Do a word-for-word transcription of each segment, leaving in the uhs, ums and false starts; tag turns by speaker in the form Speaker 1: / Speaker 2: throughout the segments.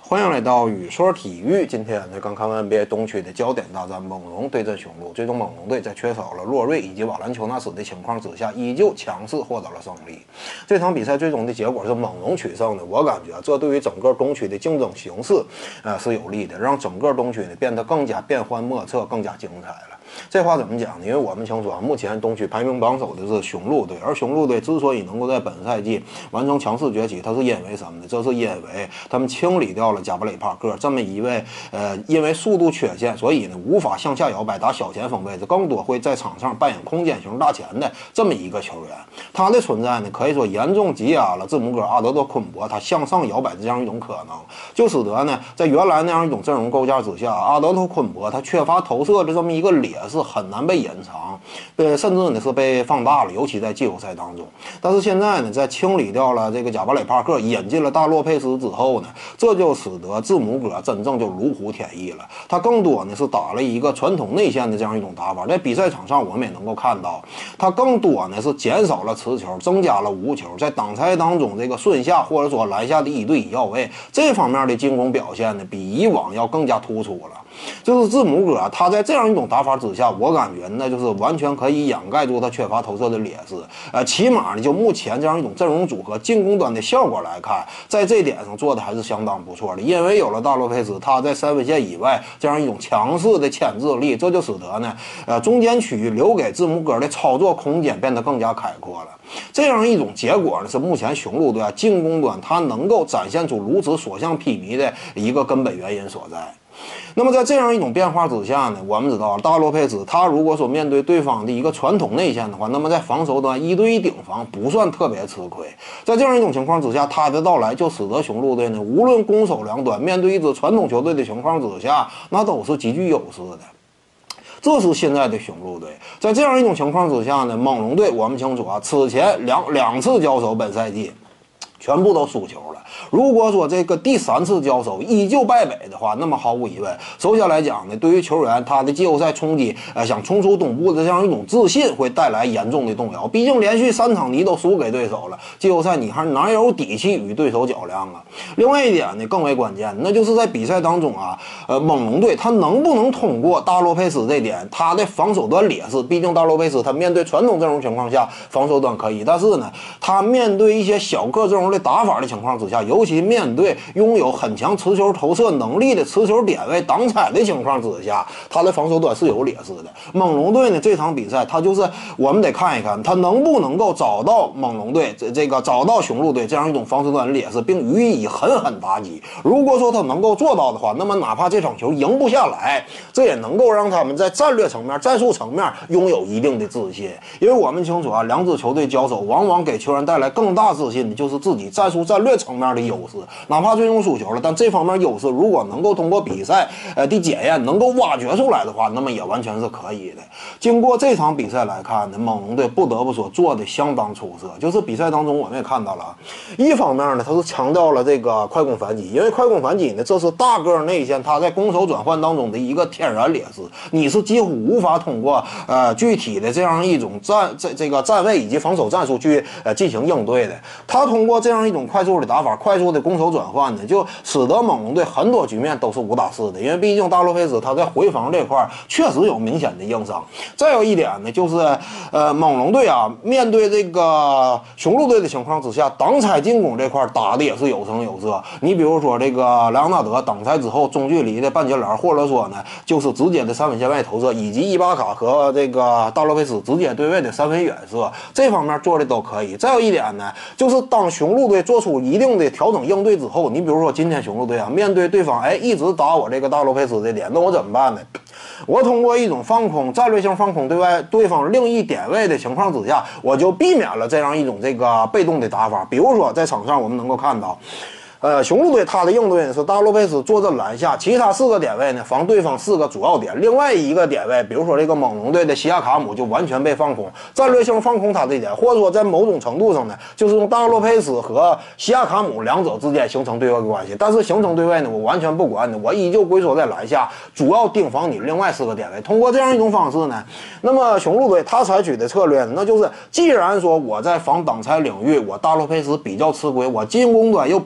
Speaker 1: 欢迎来到语说体育。今天呢，刚看完 N B A 东区的焦点大战，猛龙对阵雄鹿。最终，猛龙队在缺少了洛瑞以及瓦兰丘纳斯的情况之下，依旧强势获得了胜利。这场比赛最终的结果是猛龙取胜的。我感觉这对于整个东区的竞争形势，呃，是有利的，让整个东区呢变得更加变幻莫测，更加精彩了。这话怎么讲呢？因为我们清楚啊，目前东区排名榜首的是雄鹿队，而雄鹿队之所以能够在本赛季完成强势崛起，它是因为什么呢？这是因为他们清理掉了加布雷帕克这么一位呃，因为速度缺陷，所以呢无法向下摇摆打小前锋位置，更多会在场上扮演空间型大前的这么一个球员。他的存在呢，可以说严重挤压了字母哥阿德多昆博他向上摇摆的这样一种可能，就使得呢，在原来那样一种阵容构架之下，阿德多昆博他缺乏投射的这么一个劣势很难被隐藏，呃，甚至呢是被放大了，尤其在季后赛当中。但是现在呢，在清理掉了这个贾巴雷帕克，引进了大洛佩斯之后呢，这就使得字母哥真正就如虎添翼了。他更多呢是打了一个传统内线的这样一种打法，在比赛场上我们也能够看到，他更多呢是减少了持球，增加了无球，在挡拆当中这个顺下或者说篮下的一对一要位这方面的进攻表现呢，比以往要更加突出了。就是字母哥啊，他在这样一种打法之下，我感觉那就是完全可以掩盖住他缺乏投射的劣势。呃，起码呢，就目前这样一种阵容组合进攻端的效果来看，在这点上做的还是相当不错的。因为有了大洛佩斯，他在三分线以外这样一种强势的牵制力，这就使得呢，呃，中间区域留给字母哥的操作空间变得更加开阔了。这样一种结果呢，是目前雄鹿队啊进攻端他能够展现出如此所向披靡的一个根本原因所在。那么在这样一种变化之下呢，我们知道大洛佩斯他如果说面对对方的一个传统内线的话，那么在防守端一对一顶防不算特别吃亏。在这样一种情况之下，他的到来就使得雄鹿队呢，无论攻守两端面对一支传统球队的情况之下，那都是极具优势的。这是现在的雄鹿队。在这样一种情况之下呢，猛龙队我们清楚啊，此前两两次交手本赛季全部都输球了。如果说这个第三次交手依旧败北的话，那么毫无疑问，首先来讲呢，对于球员他的季后赛冲击，呃，想冲出东部的这样一种自信会带来严重的动摇。毕竟连续三场你都输给对手了，季后赛你还哪有底气与对手较量啊？另外一点呢，更为关键，那就是在比赛当中啊，呃，猛龙队他能不能通过大洛佩斯这点，他的防守端劣势，毕竟大洛佩斯他面对传统阵容情况下防守端可以，但是呢，他面对一些小个阵容的打法的情况之下，尤其面对拥有很强持球投射能力的持球点位挡拆的情况之下，他的防守端是有劣势的。猛龙队呢，这场比赛他就是我们得看一看他能不能够找到猛龙队这这个找到雄鹿队这样一种防守端的劣势，并予以狠狠打击。如果说他能够做到的话，那么哪怕这场球赢不下来，这也能够让他们在战略层面、战术层面拥有一定的自信。因为我们清楚啊，两支球队交手往往给球员带来更大自信的就是自己战术战略层面的优势。哪怕最终输球了，但这方面优势如果能够通过比赛呃的检验能够挖掘出来的话，那么也完全是可以的。经过这场比赛来看呢，猛龙队不得不说做的相当出色。就是比赛当中我们也看到了，一方面呢，他是强调了这个快攻反击，因为快攻反击呢，这是大个内线他在攻守转换当中的一个天然劣势，你是几乎无法通过呃具体的这样一种战这这个站位以及防守战术去呃进行应对的。他通过这样一种快速的打法，快速的攻守转换呢，就使得猛龙队很多局面都是无打四的，因为毕竟大洛佩斯他在回防这块确实有明显的硬伤。再有一点呢，就是呃猛龙队啊，面对这个雄鹿队的情况之下，挡拆进攻这块打的也是有声有色。你比如说这个莱昂纳德挡拆之后中距离的半截篮，或者说呢就是直接的三分线外投射，以及伊巴卡和这个大洛佩斯直接对位的三分远射，这方面做的都可以。再有一点呢，就是当雄鹿队做出一定的调整应对之后，你比如说今天雄鹿队啊，面对对方哎一直打我这个大洛佩斯这点，那我怎么办呢？我通过一种放空战略性放空对外对方另一点位的情况之下，我就避免了这样一种这个被动的打法。比如说在场上我们能够看到呃，雄鹿队他的应对呢是大洛佩斯坐镇篮下，其他四个点位呢防对方四个主要点，另外一个点位，比如说这个猛龙队的西亚卡姆就完全被放空，战略性放空他这一点，或者说在某种程度上呢，就是用大洛佩斯和西亚卡姆两者之间形成对位关系。但是形成对位呢，我完全不管的，我依旧龟缩在篮下，主要盯防你另外四个点位。通过这样一种方式呢，那么雄鹿队他采取的策略呢，那就是既然说我在防挡拆领域，我大洛佩斯比较吃亏，我进攻端又比较依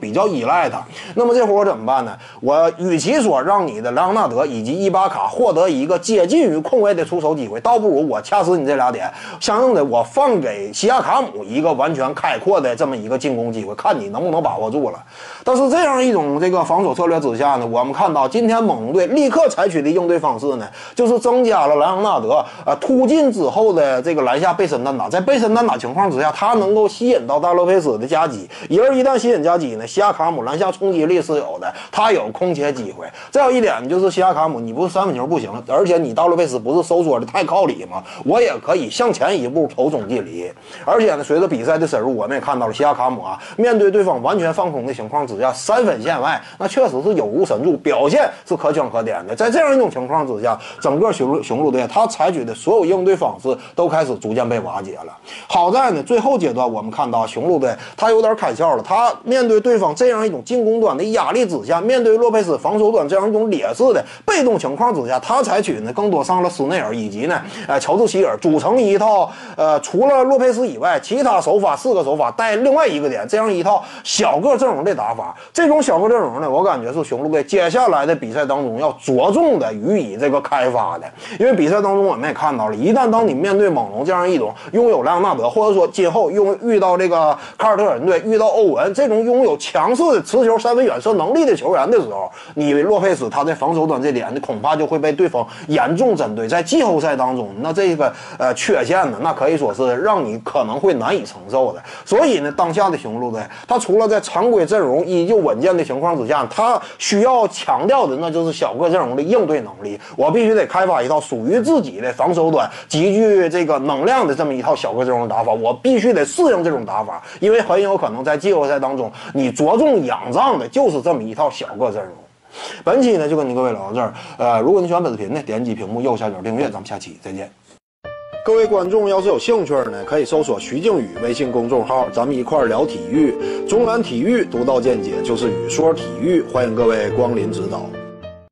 Speaker 1: 依赖他。那么这活怎么办呢？我与其说让你的莱昂纳德以及伊巴卡获得一个接近于空位的出手机会，倒不如我掐死你这俩点，相应的我放给西亚卡姆一个完全开阔的这么一个进攻机会，看你能不能把握住了。但是这样一种这个防守策略之下呢，我们看到今天猛龙队立刻采取的应对方式呢，就是增加了莱昂纳德呃突进之后的这个篮下背身单打，在背身单打情况之下，他能够吸引到大洛佩斯的夹击，而一旦吸引夹击呢，西亚卡姆篮下冲击力是有的，他有空切机会。再有一点就是西亚卡姆，你不是三分球不行，而且你大洛佩斯不是收缩的太靠里吗？我也可以向前一步投中距离。而且呢，随着比赛的深入，我们也看到了西亚卡姆啊，面对对方完全放空的情况之下，三分线外那确实是有无神助，表现是可圈可点的。在这样一种情况之下，整个雄雄鹿队他采取的所有应对方式都开始逐渐被瓦解了。好在呢，最后阶段我们看到雄鹿队他有点开窍了，他面对对方这样一种进攻端的压力之下，面对洛佩斯防守端这样一种劣势的被动情况之下，他采取呢更多上了斯内尔以及呢呃乔治希尔组成一套呃除了洛佩斯以外其他手法四个手法带另外一个点这样一套小个阵容的打法。这种小个阵容呢，我感觉是雄鹿队接下来的比赛当中要着重的予以这个开发的。因为比赛当中我们也看到了，一旦当你面对猛龙这样一种拥有莱昂纳德，或者说今后用遇到这个凯尔特人队遇到欧文这种拥有强势的持球三分远射能力的球员的时候，你洛佩斯他在防守端这点恐怕就会被对方严重针对。在季后赛当中，那这个呃缺陷呢，那可以说是让你可能会难以承受的。所以呢，当下的雄鹿队他除了在常规阵容依旧稳健的情况之下，他需要强调的那就是小个阵容的应对能力。我必须得开发一套属于自己的防守端极具这个能量的这么一套小个阵容打法，我必须得适应这种打法，因为很有可能在季后赛当中，你着重仰仗的就是这么一套小个阵容。本期呢就跟您各位聊到这儿，呃，如果你喜欢本视频呢，点击屏幕右下角订阅，咱们下期再见。各位观众要是有兴趣呢，可以搜索徐静宇微信公众号，咱们一块聊体育，中南体育独到见解就是语说体育，欢迎各位光临指导。